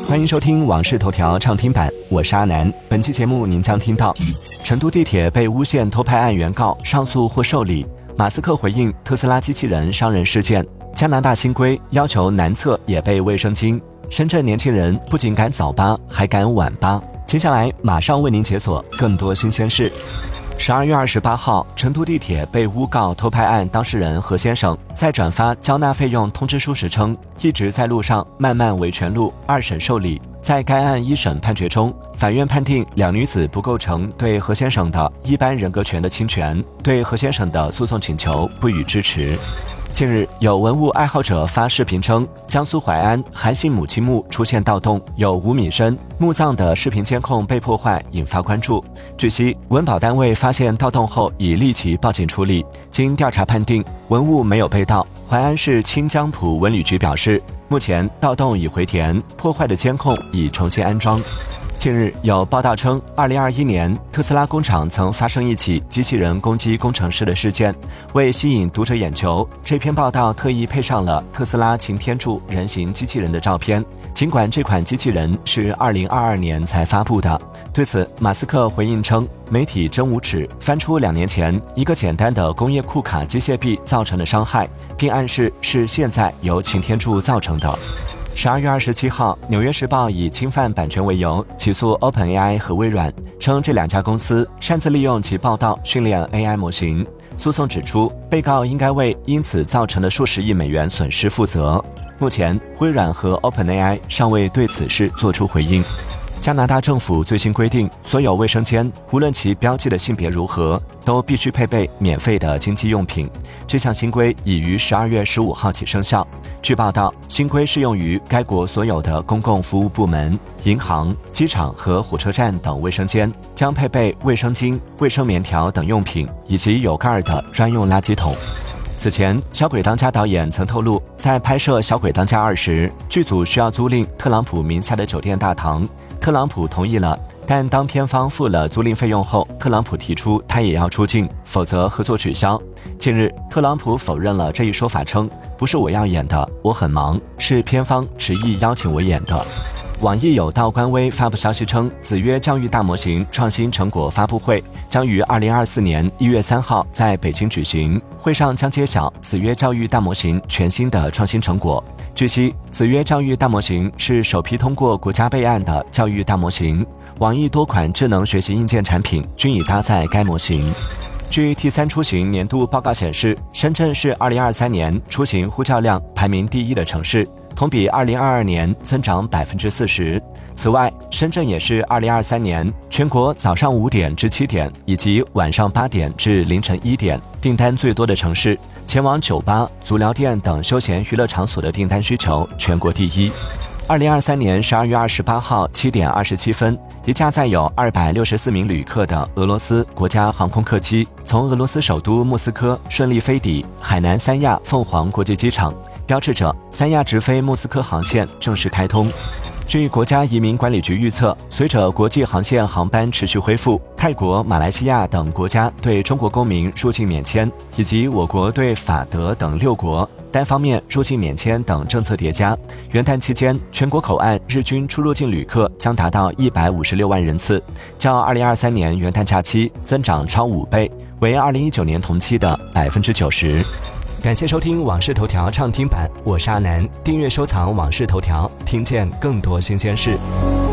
欢迎收听《往事头条》畅听版，我是阿南。本期节目您将听到：成都地铁被诬陷偷拍案原告上诉或受理；马斯克回应特斯拉机器人伤人事件；加拿大新规要求男厕也备卫生巾；深圳年轻人不仅赶早八，还赶晚八。接下来马上为您解锁更多新鲜事。12月28号，成都地铁被诬告偷拍案当事人何先生在转发交纳费用通知书时称，一直在路上漫漫维权路二审受理。在该案一审判决中，法院判定两女子不构成对何先生的一般人格权的侵权，对何先生的诉讼请求不予支持。近日，有文物爱好者发视频称，江苏淮安韩姓母亲墓出现盗洞，有5米深，墓葬的视频监控被破坏，引发关注。据悉，文保单位发现盗洞后已立即报警处理，经调查判定文物没有被盗。淮安市清江浦文旅局表示，目前盗洞已回填，破坏的监控已重新安装。近日有报道称，2021年特斯拉工厂曾发生一起机器人攻击工程师的事件。为吸引读者眼球，这篇报道特意配上了特斯拉擎天柱人形机器人的照片。尽管这款机器人是2022年才发布的，对此马斯克回应称，媒体真无耻，翻出2年前一个简单的工业库卡机械臂造成的伤害，并暗示是现在由擎天柱造成的。12月27号，《纽约时报》以侵犯版权为由起诉 OpenAI 和微软，称这2家公司擅自利用其报道训练 AI 模型。诉讼指出，被告应该为因此造成的数十亿美元损失负责。目前，微软和 OpenAI 尚未对此事作出回应。加拿大政府最新规定，所有卫生间无论其标记的性别如何，都必须配备免费的经济用品。这项新规已于12月15号起生效。据报道，新规适用于该国所有的公共服务部门、银行、机场和火车站等卫生间，将配备卫生巾、卫生棉条等用品，以及有盖的专用垃圾桶。此前，《小鬼当家》导演曾透露，在拍摄《小鬼当家2》时，剧组需要租赁特朗普名下的酒店大堂。特朗普同意了，但当片方付了租赁费用后，特朗普提出他也要出镜，否则合作取消。近日，特朗普否认了这一说法，称不是我要演的，我很忙，是片方执意邀请我演的。网易有道官微发布消息称，子曰教育大模型创新成果发布会将于2024年1月3号在北京举行，会上将揭晓子曰教育大模型全新的创新成果。据悉，子曰教育大模型是首批通过国家备案的教育大模型，网易多款智能学习硬件产品均已搭载该模型。据 T3 出行年度报告显示，深圳是2023年出行呼叫量排名第1的城市，同比2022年增长40%。此外，深圳也是2023年全国早上5点至7点以及晚上8点至凌晨1点订单最多的城市，前往酒吧、足疗店等休闲娱乐场所的订单需求全国第1。2023年12月28号7点27分，一架载有264名旅客的俄罗斯国家航空客机从俄罗斯首都莫斯科顺利飞抵海南三亚凤凰国际机场，标志着三亚直飞莫斯科航线正式开通。据国家移民管理局预测，随着国际航线航班持续恢复，泰国、马来西亚等国家对中国公民入境免签，以及我国对法德等6国单方面入境免签等政策叠加，元旦期间全国口岸日均出入境旅客将达到156万人次，较2023年元旦假期增长超5倍，为2019年同期的90%。感谢收听《往事头条》畅听版，我是阿南。订阅收藏《往事头条》，听见更多新鲜事。